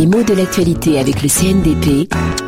Les mots de l'actualité avec le CNDP.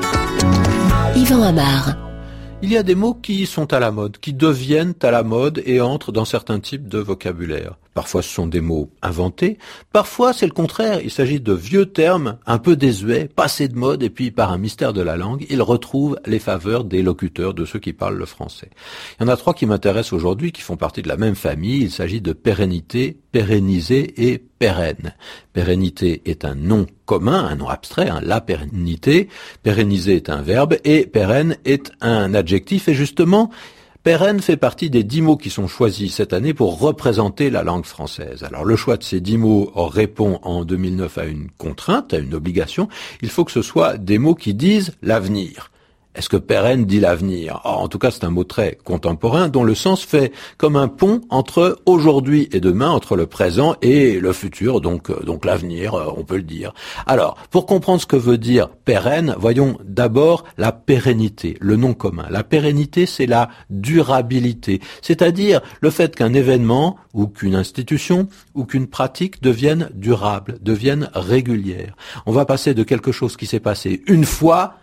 Yvan Amar. Il y a des mots qui sont à la mode, qui deviennent à la mode et entrent dans certains types de vocabulaire. Parfois ce sont des mots inventés, parfois c'est le contraire, il s'agit de vieux termes un peu désuets, passés de mode et puis par un mystère de la langue, ils retrouvent les faveurs des locuteurs, de ceux qui parlent le français. Il y en a 3 qui m'intéressent aujourd'hui, qui font partie de la même famille, il s'agit de pérennité, pérenniser et pérenne. Pérennité est un nom commun, un nom abstrait, la pérennité, pérenniser est un verbe et pérenne est un adjectif et justement, pérenne fait partie des 10 mots qui sont choisis cette année pour représenter la langue française. Alors le choix de ces 10 mots répond en 2009 à une contrainte, à une obligation. Il faut que ce soit des mots qui disent l'avenir. Est-ce que pérenne dit l'avenir ? En tout cas, c'est un mot très contemporain dont le sens fait comme un pont entre aujourd'hui et demain, entre le présent et le futur, donc l'avenir, on peut le dire. Alors, pour comprendre ce que veut dire pérenne, voyons d'abord la pérennité, le nom commun. La pérennité, c'est la durabilité, c'est-à-dire le fait qu'un événement ou qu'une institution ou qu'une pratique devienne durable, devienne régulière. On va passer de quelque chose qui s'est passé une fois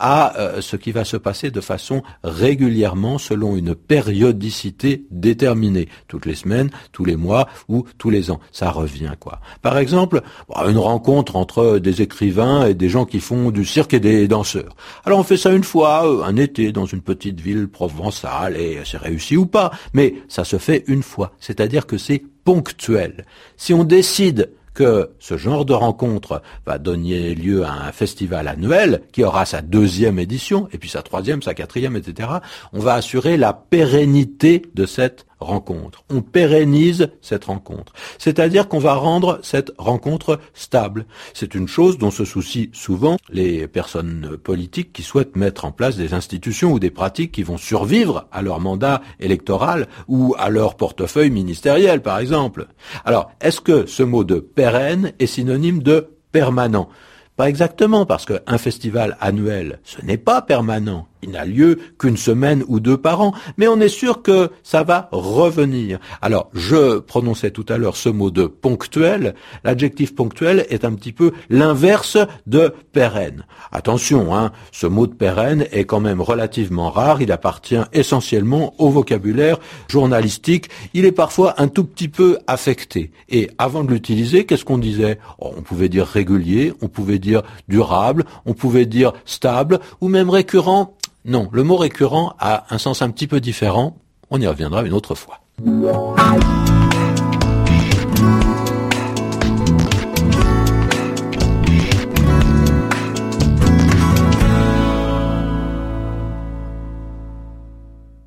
à ce qui va se passer de façon régulièrement selon une périodicité déterminée, toutes les semaines, tous les mois ou tous les ans. Ça revient quoi. Par exemple, une rencontre entre des écrivains et des gens qui font du cirque et des danseurs. Alors on fait ça une fois, un été dans une petite ville provençale et c'est réussi ou pas, mais ça se fait une fois, c'est-à-dire que c'est ponctuel. Si on décide que ce genre de rencontre va donner lieu à un festival annuel qui aura sa 2e édition, et puis sa 3e, sa 4e, etc., on va assurer la pérennité de cette rencontre. On pérennise cette rencontre. C'est-à-dire qu'on va rendre cette rencontre stable. C'est une chose dont se soucient souvent les personnes politiques qui souhaitent mettre en place des institutions ou des pratiques qui vont survivre à leur mandat électoral ou à leur portefeuille ministériel, par exemple. Alors, est-ce que ce mot de pérenne est synonyme de permanent ? Pas exactement, parce qu'un festival annuel, ce n'est pas permanent. Il n'a lieu qu'une semaine ou 2 par an, mais on est sûr que ça va revenir. Alors, je prononçais tout à l'heure ce mot de ponctuel. L'adjectif ponctuel est un petit peu l'inverse de pérenne. Attention, ce mot de pérenne est quand même relativement rare. Il appartient essentiellement au vocabulaire journalistique. Il est parfois un tout petit peu affecté. Et avant de l'utiliser, qu'est-ce qu'on disait ? On pouvait dire régulier, on pouvait dire durable, on pouvait dire stable, ou même récurrent. Non, le mot récurrent a un sens un petit peu différent. On y reviendra une autre fois.